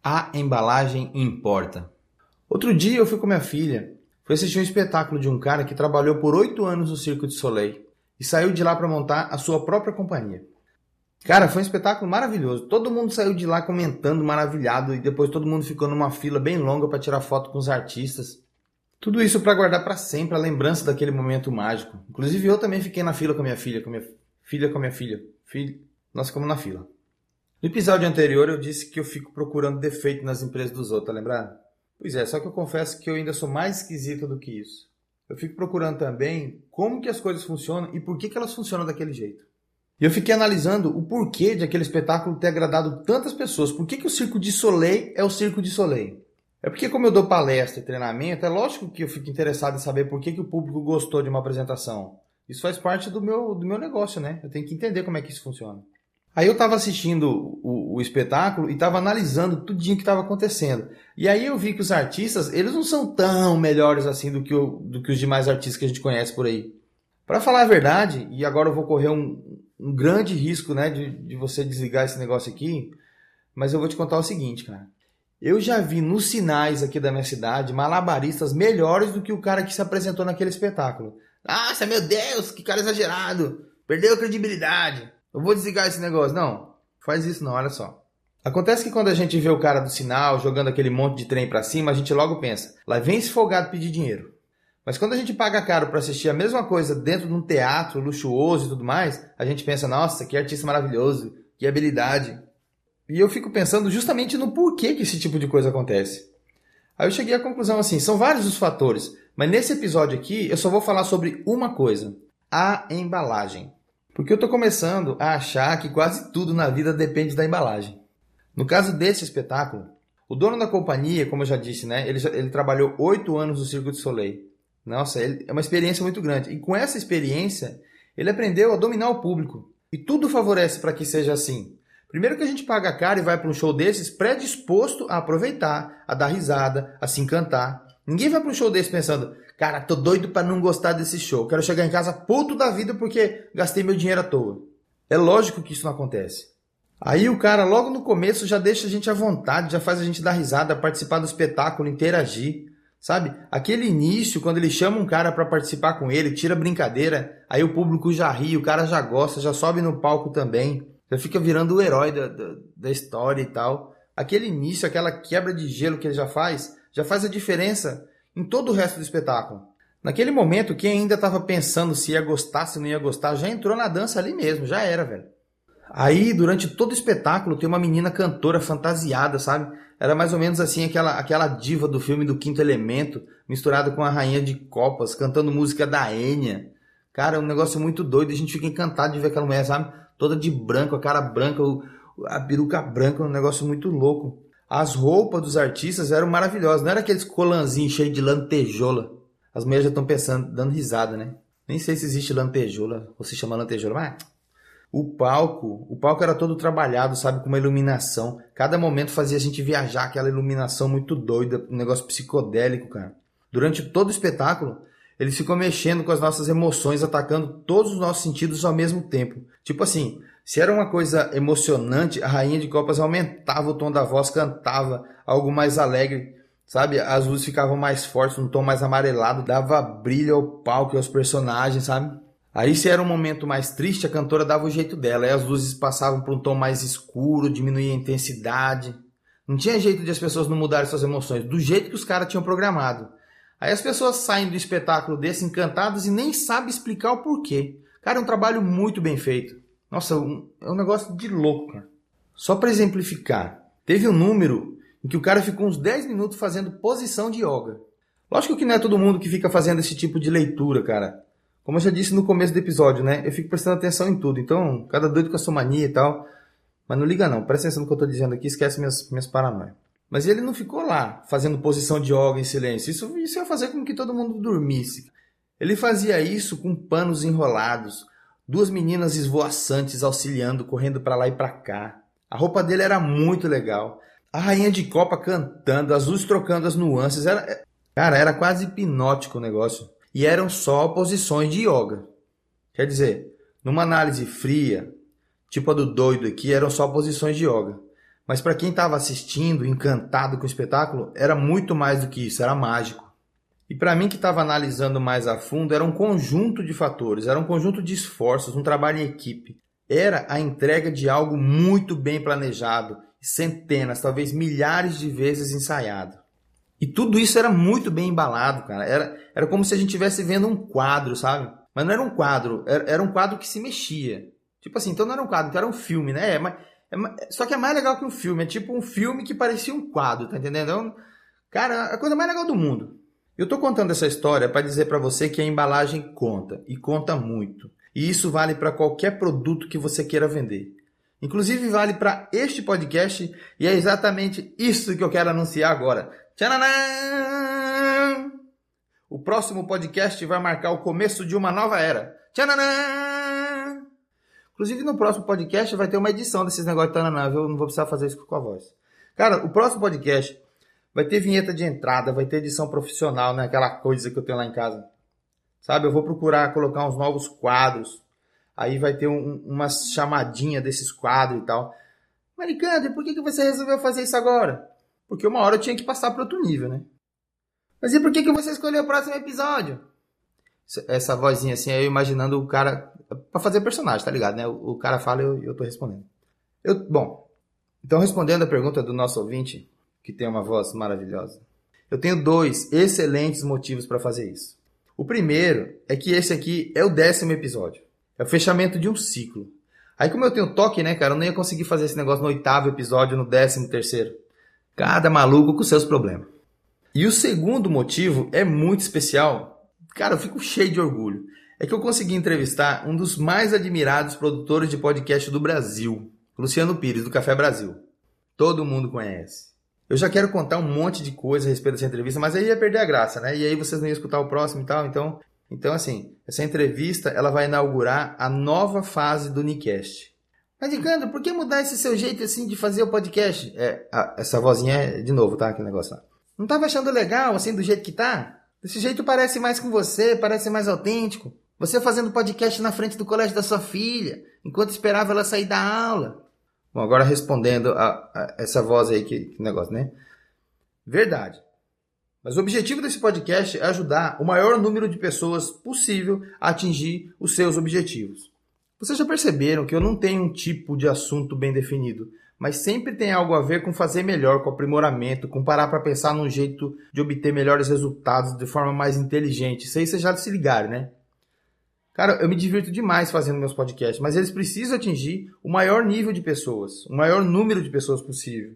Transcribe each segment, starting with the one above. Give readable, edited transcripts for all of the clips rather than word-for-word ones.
A embalagem importa. Outro dia eu fui com minha filha, fui assistir um espetáculo de um cara que trabalhou por 8 anos no Circo du Soleil e saiu de lá para montar a sua própria companhia. Cara, foi um espetáculo maravilhoso. Todo mundo saiu de lá comentando, maravilhado, e depois todo mundo ficou numa fila bem longa para tirar foto com os artistas. Tudo isso para guardar para sempre a lembrança daquele momento mágico. Inclusive eu também fiquei na fila com a minha filha, Nós ficamos na fila. No episódio anterior eu disse que eu fico procurando defeito nas empresas dos outros, tá lembrado? Pois é, só que eu confesso que eu ainda sou mais esquisito do que isso. Eu fico procurando também como que as coisas funcionam e por que elas funcionam daquele jeito. E eu fiquei analisando o porquê de aquele espetáculo ter agradado tantas pessoas. Por que o Circo du Soleil é o Circo du Soleil? É porque como eu dou palestra e treinamento, é lógico que eu fico interessado em saber por que o público gostou de uma apresentação. Isso faz parte do meu negócio, né? Eu tenho que entender como é que isso funciona. Aí eu estava assistindo o espetáculo e estava analisando tudinho que estava acontecendo. E aí eu vi que os artistas, eles não são tão melhores assim do que os demais artistas que a gente conhece por aí. Para falar a verdade, e agora eu vou correr um grande risco, né, de você desligar esse negócio aqui, mas eu vou te contar o seguinte, cara. Eu já vi nos sinais aqui da minha cidade malabaristas melhores do que o cara que se apresentou naquele espetáculo. Nossa, meu Deus, que cara exagerado, perdeu a credibilidade. Eu vou desligar esse negócio. Não, faz isso não, olha só. Acontece que quando a gente vê o cara do sinal jogando aquele monte de trem pra cima, a gente logo pensa, lá vem esse folgado pedir dinheiro. Mas quando a gente paga caro pra assistir a mesma coisa dentro de um teatro luxuoso e tudo mais, a gente pensa, nossa, que artista maravilhoso, que habilidade. E eu fico pensando justamente no porquê que esse tipo de coisa acontece. Aí eu cheguei à conclusão assim, são vários os fatores, mas nesse episódio aqui eu só vou falar sobre uma coisa, a embalagem. Porque eu tô começando a achar que quase tudo na vida depende da embalagem. No caso desse espetáculo, o dono da companhia, como eu já disse, né, ele trabalhou 8 anos no Circo du Soleil. Nossa, é uma experiência muito grande. E com essa experiência, ele aprendeu a dominar o público. E tudo favorece para que seja assim. Primeiro que a gente paga caro e vai para um show desses predisposto a aproveitar, a dar risada, a se encantar. Ninguém vai para um show desse pensando, cara, tô doido para não gostar desse show. Quero chegar em casa puto da vida porque gastei meu dinheiro à toa. É lógico que isso não acontece. Aí o cara logo no começo já deixa a gente à vontade, já faz a gente dar risada, participar do espetáculo, interagir. Sabe? Aquele início, quando ele chama um cara para participar com ele, tira brincadeira, aí o público já ri, o cara já gosta, já sobe no palco também, já fica virando o herói da história e tal. Aquele início, aquela quebra de gelo que ele já faz a diferença em todo o resto do espetáculo. Naquele momento, quem ainda estava pensando se ia gostar, se não ia gostar, já entrou na dança ali mesmo, já era, velho. Aí, durante todo o espetáculo, tem uma menina cantora fantasiada, sabe? Era mais ou menos assim, aquela diva do filme do Quinto Elemento, misturada com a Rainha de Copas, cantando música da Enya. Cara, é um negócio muito doido, a gente fica encantado de ver aquela mulher, sabe? Toda de branco, a cara branca, a peruca branca, um negócio muito louco. As roupas dos artistas eram maravilhosas, não era aqueles colanzinhos cheios de lantejola. As mulheres já estão pensando, dando risada, né? Nem sei se existe lantejola, ou se chama lantejola, mas... O palco era todo trabalhado, sabe, com uma iluminação. Cada momento fazia a gente viajar, aquela iluminação muito doida, um negócio psicodélico, cara. Durante todo o espetáculo, eles ficam mexendo com as nossas emoções, atacando todos os nossos sentidos ao mesmo tempo. Tipo assim, se era uma coisa emocionante, a Rainha de Copas aumentava o tom da voz, cantava algo mais alegre, sabe? As luzes ficavam mais fortes, um tom mais amarelado, dava brilho ao palco e aos personagens, sabe? Aí se era um momento mais triste, a cantora dava o jeito dela. Aí as luzes passavam para um tom mais escuro, diminuía a intensidade. Não tinha jeito de as pessoas não mudarem suas emoções, do jeito que os caras tinham programado. Aí as pessoas saem do espetáculo desse encantadas e nem sabem explicar o porquê. Cara, é um trabalho muito bem feito. Nossa, é um negócio de louco, cara. Só para exemplificar, teve um número em que o cara ficou uns 10 minutos fazendo posição de yoga. Lógico que não é todo mundo que fica fazendo esse tipo de leitura, cara. Como eu já disse no começo do episódio, né? Eu fico prestando atenção em tudo. Então, cada doido com a sua mania e tal. Mas não liga não. Presta atenção no que eu tô dizendo aqui. Esquece minhas paranoias. Mas ele não ficou lá, fazendo posição de yoga em silêncio. Isso ia fazer com que todo mundo dormisse. Ele fazia isso com panos enrolados. 2 meninas esvoaçantes auxiliando, correndo pra lá e pra cá. A roupa dele era muito legal. A Rainha de Copa cantando, as luzes trocando as nuances. Era quase hipnótico o negócio. E eram só posições de yoga. Quer dizer, numa análise fria, tipo a do doido aqui, eram só posições de yoga. Mas para quem estava assistindo, encantado com o espetáculo, era muito mais do que isso, era mágico. E para mim que estava analisando mais a fundo, era um conjunto de fatores, era um conjunto de esforços, um trabalho em equipe. Era a entrega de algo muito bem planejado, centenas, talvez milhares de vezes ensaiado. E tudo isso era muito bem embalado, cara. Era como se a gente estivesse vendo um quadro, sabe? Mas não era um quadro, era um quadro que se mexia. Tipo assim, então não era um quadro, então era um filme, né? Só que é mais legal que um filme, é tipo um filme que parecia um quadro, tá entendendo? Então, cara, a coisa mais legal do mundo. Eu tô contando essa história para dizer para você que a embalagem conta, e conta muito. E isso vale para qualquer produto que você queira vender. Inclusive vale para este podcast e é exatamente isso que eu quero anunciar agora. Tchananã! O próximo podcast vai marcar o começo de uma nova era. Tchananã! Inclusive no próximo podcast vai ter uma edição desses negócios de tananã, eu não vou precisar fazer isso com a voz. Cara, o próximo podcast vai ter vinheta de entrada, vai ter edição profissional, né? Aquela coisa que eu tenho lá em casa. Sabe, eu vou procurar colocar uns novos quadros. Aí vai ter uma chamadinha desses quadros e tal. Maricandro, por que você resolveu fazer isso agora? Porque uma hora eu tinha que passar para outro nível, né? Mas e por que você escolheu o próximo episódio? Essa vozinha assim, eu imaginando o cara... Pra fazer personagem, tá ligado, né? O cara fala e eu tô respondendo. Bom, então respondendo a pergunta do nosso ouvinte, que tem uma voz maravilhosa, eu tenho 2 excelentes motivos para fazer isso. O primeiro é que esse aqui é o 10º episódio. É o fechamento de um ciclo. Aí como eu tenho toque, né, cara, eu não ia conseguir fazer esse negócio no 8º episódio, no 13º. Cada maluco com seus problemas. E o segundo motivo é muito especial. Cara, eu fico cheio de orgulho. É que eu consegui entrevistar um dos mais admirados produtores de podcast do Brasil, Luciano Pires, do Café Brasil. Todo mundo conhece. Eu já quero contar um monte de coisa a respeito dessa entrevista, mas aí ia perder a graça, né? E aí vocês não iam escutar o próximo e tal, Então, assim, essa entrevista, ela vai inaugurar a nova fase do Nicast. Mas, Nicandro, por que mudar esse seu jeito, assim, de fazer o podcast? Essa vozinha é de novo, tá? Aquele negócio lá. Não tava achando legal, assim, do jeito que tá? Desse jeito parece mais com você, parece mais autêntico. Você fazendo podcast na frente do colégio da sua filha, enquanto esperava ela sair da aula. Bom, agora respondendo a essa voz aí, que negócio, né? Verdade. Mas o objetivo desse podcast é ajudar o maior número de pessoas possível a atingir os seus objetivos. Vocês já perceberam que eu não tenho um tipo de assunto bem definido, mas sempre tem algo a ver com fazer melhor, com aprimoramento, com parar para pensar num jeito de obter melhores resultados de forma mais inteligente. Isso aí vocês já se ligaram, né? Cara, eu me divirto demais fazendo meus podcasts, mas eles precisam atingir o maior nível de pessoas, o maior número de pessoas possível.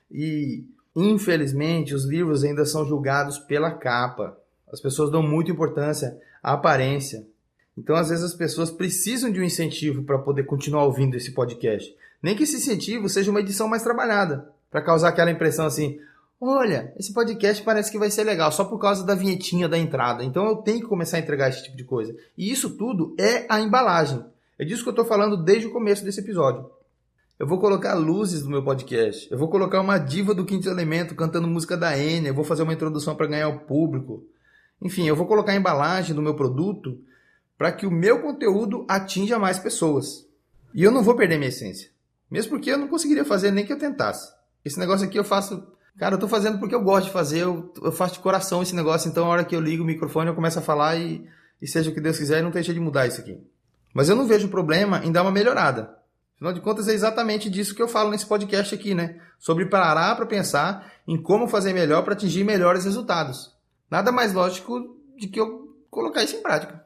E, infelizmente, os livros ainda são julgados pela capa. As pessoas dão muita importância à aparência. Então, às vezes, as pessoas precisam de um incentivo para poder continuar ouvindo esse podcast. Nem que esse incentivo seja uma edição mais trabalhada, para causar aquela impressão assim, olha, esse podcast parece que vai ser legal, só por causa da vinhetinha da entrada. Então eu tenho que começar a entregar esse tipo de coisa. E isso tudo é a embalagem. É disso que eu estou falando desde o começo desse episódio. Eu vou colocar luzes no meu podcast. Eu vou colocar uma diva do Quinto Elemento cantando música da Enya. Eu vou fazer uma introdução para ganhar o público. Enfim, eu vou colocar a embalagem do meu produto para que o meu conteúdo atinja mais pessoas. E eu não vou perder minha essência. Mesmo porque eu não conseguiria fazer nem que eu tentasse. Esse negócio aqui eu faço... Cara, eu tô fazendo porque eu gosto de fazer, eu faço de coração esse negócio, então a hora que eu ligo o microfone eu começo a falar e seja o que Deus quiser, não tem jeito de mudar isso aqui. Mas eu não vejo problema em dar uma melhorada. Afinal de contas é exatamente disso que eu falo nesse podcast aqui, né? Sobre parar para pensar em como fazer melhor para atingir melhores resultados. Nada mais lógico de que eu colocar isso em prática.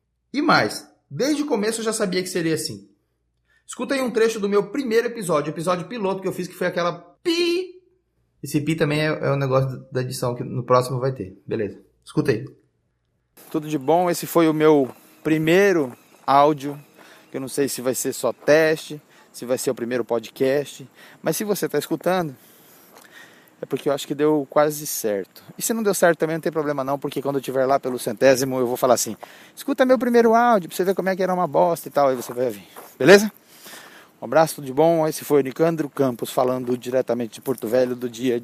E mais, desde o começo eu já sabia que seria assim. Escuta aí um trecho do meu primeiro episódio, o episódio piloto que eu fiz, que foi aquela pi. Esse pi também é o negócio da edição que no próximo vai ter. Beleza, escuta aí. Tudo de bom, esse foi o meu primeiro áudio. Eu não sei se vai ser só teste, se vai ser o primeiro podcast. Mas se você está escutando, é porque eu acho que deu quase certo. E se não deu certo também não tem problema não, porque quando eu estiver lá pelo 100º eu vou falar assim, escuta meu primeiro áudio pra você ver como é que era uma bosta e tal, aí você vai ouvir. Beleza? Um abraço, tudo de bom. Esse foi o Nicandro Campos falando diretamente de Porto Velho do dia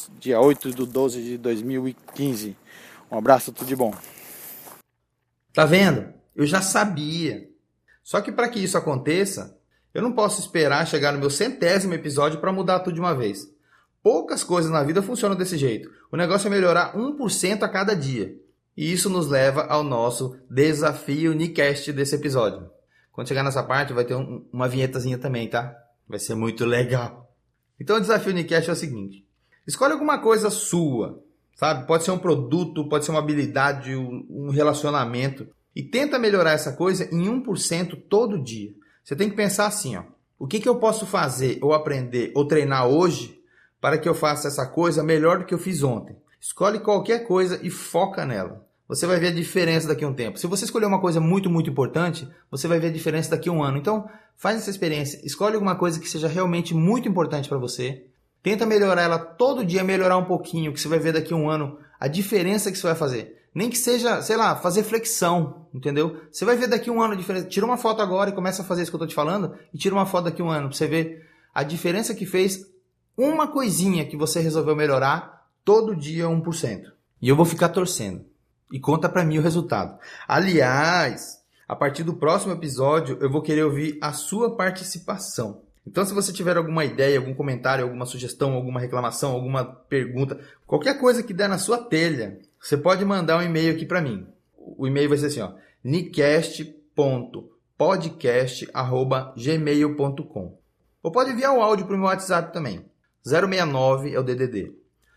8/12 de 2015. Um abraço, tudo de bom. Tá vendo? Eu já sabia. Só que para que isso aconteça, Eu não posso esperar chegar no meu 100º episódio para mudar tudo de uma vez. Poucas coisas na vida funcionam desse jeito. O negócio é melhorar 1% a cada dia. E isso nos leva ao nosso desafio Unicast desse episódio. Quando chegar nessa parte vai ter uma vinhetazinha também, tá? Vai ser muito legal. Então o desafio Unicast é o seguinte. Escolhe alguma coisa sua, sabe? Pode ser um produto, pode ser uma habilidade, um relacionamento. E tenta melhorar essa coisa em 1% todo dia. Você tem que pensar assim, ó. O que eu posso fazer, ou aprender, ou treinar hoje para que eu faça essa coisa melhor do que eu fiz ontem? Escolhe qualquer coisa e foca nela. Você vai ver a diferença daqui a um tempo. Se você escolher uma coisa muito, muito importante, você vai ver a diferença daqui a um ano. Então, faz essa experiência. Escolhe alguma coisa que seja realmente muito importante para você. Tenta melhorar ela todo dia, melhorar um pouquinho, que você vai ver daqui a um ano a diferença que você vai fazer. Nem que seja, sei lá, fazer flexão, entendeu? Você vai ver daqui a um ano a diferença. Tira uma foto agora e começa a fazer isso que eu tô te falando e tira uma foto daqui a um ano para você ver a diferença que fez uma coisinha que você resolveu melhorar todo dia 1%. E eu vou ficar torcendo. E conta pra mim o resultado. Aliás, a partir do próximo episódio, eu vou querer ouvir a sua participação. Então, se você tiver alguma ideia, algum comentário, alguma sugestão, alguma reclamação, alguma pergunta, qualquer coisa que der na sua telha, você pode mandar um e-mail aqui pra mim. O e-mail vai ser assim, ó, nicast.podcast@gmail.com. Ou pode enviar o áudio pro meu WhatsApp também. 069 é o DDD.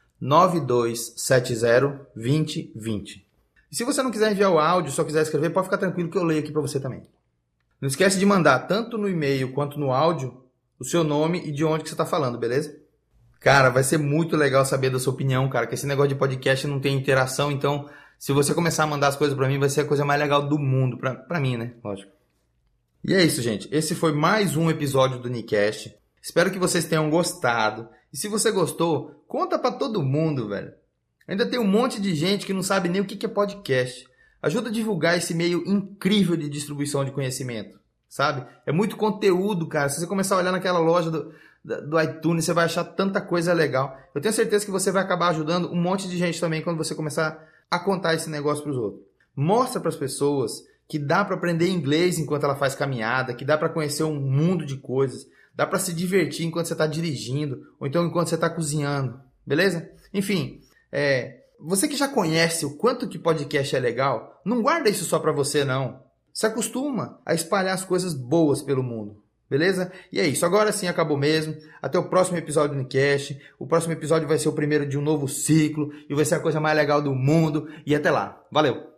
92702020. E se você não quiser enviar o áudio, só quiser escrever, pode ficar tranquilo que eu leio aqui para você também. Não esquece de mandar tanto no e-mail quanto no áudio o seu nome e de onde que você está falando, beleza? Cara, vai ser muito legal saber da sua opinião, cara, que esse negócio de podcast não tem interação, então se você começar a mandar as coisas para mim, vai ser a coisa mais legal do mundo, para mim, né? Lógico. E é isso, gente. Esse foi mais um episódio do Unicast. Espero que vocês tenham gostado. E se você gostou, conta para todo mundo, velho. Ainda tem um monte de gente que não sabe nem o que é podcast. Ajuda a divulgar esse meio incrível de distribuição de conhecimento, sabe? É muito conteúdo, cara. Se você começar a olhar naquela loja do iTunes, você vai achar tanta coisa legal. Eu tenho certeza que você vai acabar ajudando um monte de gente também quando você começar a contar esse negócio para os outros. Mostra para as pessoas que dá para aprender inglês enquanto ela faz caminhada, que dá para conhecer um mundo de coisas, dá para se divertir enquanto você está dirigindo, ou então enquanto você está cozinhando, beleza? Enfim... você que já conhece o quanto que podcast é legal, não guarda isso só pra você, não. Se acostuma a espalhar as coisas boas pelo mundo, beleza? E é isso, agora sim acabou mesmo. Até o próximo episódio do Unicast. O próximo episódio vai ser o primeiro de um novo ciclo e vai ser a coisa mais legal do mundo. E até lá, valeu!